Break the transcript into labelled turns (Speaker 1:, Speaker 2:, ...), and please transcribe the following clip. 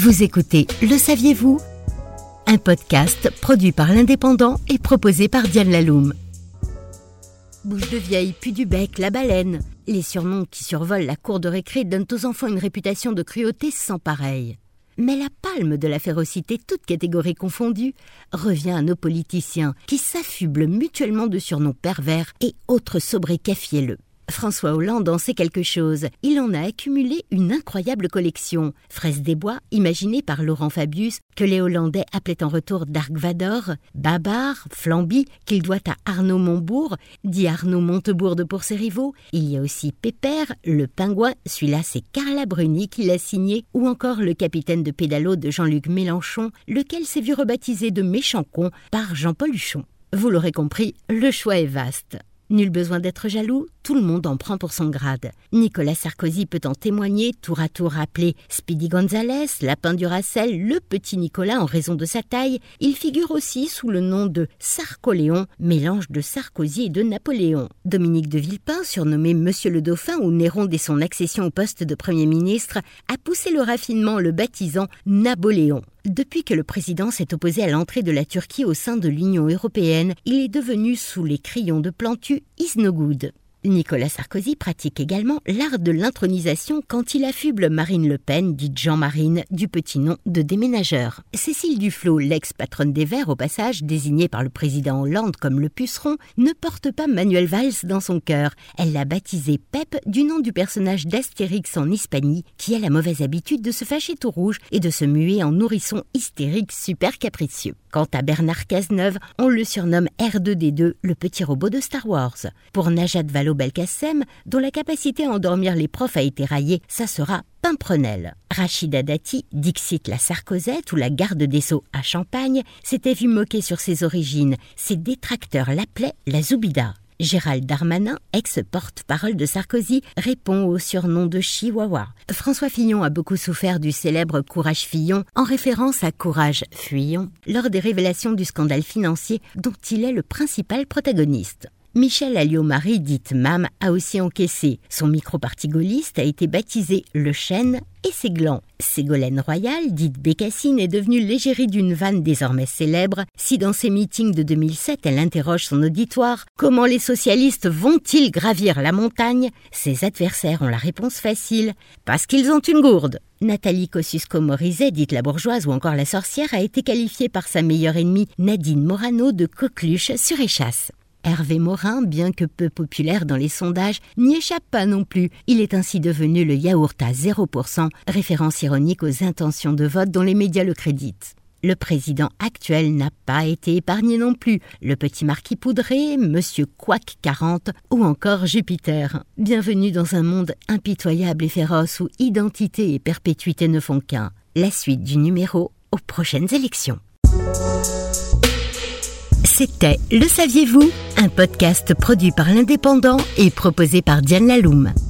Speaker 1: Vous écoutez Le saviez-vous ? Un podcast produit par l'Indépendant et proposé par Diane Laloum. Bouche de vieille, puis du bec, la baleine. Les surnoms qui survolent la cour de récré donnent aux enfants une réputation de cruauté sans pareille. Mais la palme de la férocité, toute catégorie confondue, revient à nos politiciens qui s'affublent mutuellement de surnoms pervers et autres sobriquets fielleux. François Hollande en sait quelque chose. Il en a accumulé une incroyable collection. Fraise des bois, imaginée par Laurent Fabius, que les Hollandais appelaient en retour Dark Vador, Babar, Flamby, qu'il doit à Arnaud Montebourg, dit Arnaud Montebourg pour ses rivaux. Il y a aussi Pépère, le pingouin, celui-là c'est Carla Bruni qui l'a signé, ou encore le capitaine de pédalo de Jean-Luc Mélenchon, lequel s'est vu rebaptisé de méchant con par Jean-Paul Huchon. Vous l'aurez compris, le choix est vaste. Nul besoin d'être jaloux, tout le monde en prend pour son grade. Nicolas Sarkozy peut en témoigner, tour à tour appelé Speedy Gonzalez, Lapin du Racel, le petit Nicolas en raison de sa taille. Il figure aussi sous le nom de Sarcoléon, mélange de Sarkozy et de Napoléon. Dominique de Villepin, surnommé Monsieur le Dauphin ou Néron dès son accession au poste de Premier ministre, a poussé le raffinement en le baptisant Naboléon. Depuis que le président s'est opposé à l'entrée de la Turquie au sein de l'Union européenne, il est devenu, sous les crayons de Plantu, is no good. Nicolas Sarkozy pratique également l'art de l'intronisation quand il affuble Marine Le Pen, dite Jean-Marine, du petit nom de déménageur. Cécile Duflot, l'ex-patronne des Verts, au passage, désignée par le président Hollande comme le puceron, ne porte pas Manuel Valls dans son cœur. Elle l'a baptisé Pep du nom du personnage d'Astérix en Hispanie, qui a la mauvaise habitude de se fâcher tout rouge et de se muer en nourrisson hystérique super capricieux. Quant à Bernard Cazeneuve, on le surnomme R2D2, le petit robot de Star Wars. Pour Najat Vallaud-Belkacem, dont la capacité à endormir les profs a été raillée, ça sera Pimprenel. Rachida Dati, Dixit la Sarkozette ou la garde des Sceaux à Champagne, s'était vu moquer sur ses origines. Ses détracteurs l'appelaient la Zoubida. Gérald Darmanin, ex-porte-parole de Sarkozy, répond au surnom de Chihuahua. François Fillon a beaucoup souffert du célèbre Courage Fillon, en référence à Courage Fuyons, lors des révélations du scandale financier dont il est le principal protagoniste. Michel Alliot-Marie, dite Mam, a aussi encaissé. Son micro-parti gaulliste a été baptisé Le Chêne et ses glands. Ségolène Royal, dite Bécassine, est devenue l'égérie d'une vanne désormais célèbre. Si dans ses meetings de 2007, elle interroge son auditoire « Comment les socialistes vont-ils gravir la montagne ?» Ses adversaires ont la réponse facile « Parce qu'ils ont une gourde !» Nathalie Kosciusko-Morizet, dite la bourgeoise ou encore la sorcière, a été qualifiée par sa meilleure ennemie Nadine Morano de coqueluche sur échasse. Hervé Morin, bien que peu populaire dans les sondages, n'y échappe pas non plus. Il est ainsi devenu le yaourt à 0%, référence ironique aux intentions de vote dont les médias le créditent. Le président actuel n'a pas été épargné non plus. Le petit marquis poudré, Monsieur Quack 40 ou encore Jupiter. Bienvenue dans un monde impitoyable et féroce où identité et perpétuité ne font qu'un. La suite du numéro aux prochaines élections. C'était Le saviez-vous ? Un podcast produit par l'Indépendant et proposé par Diane Laloum.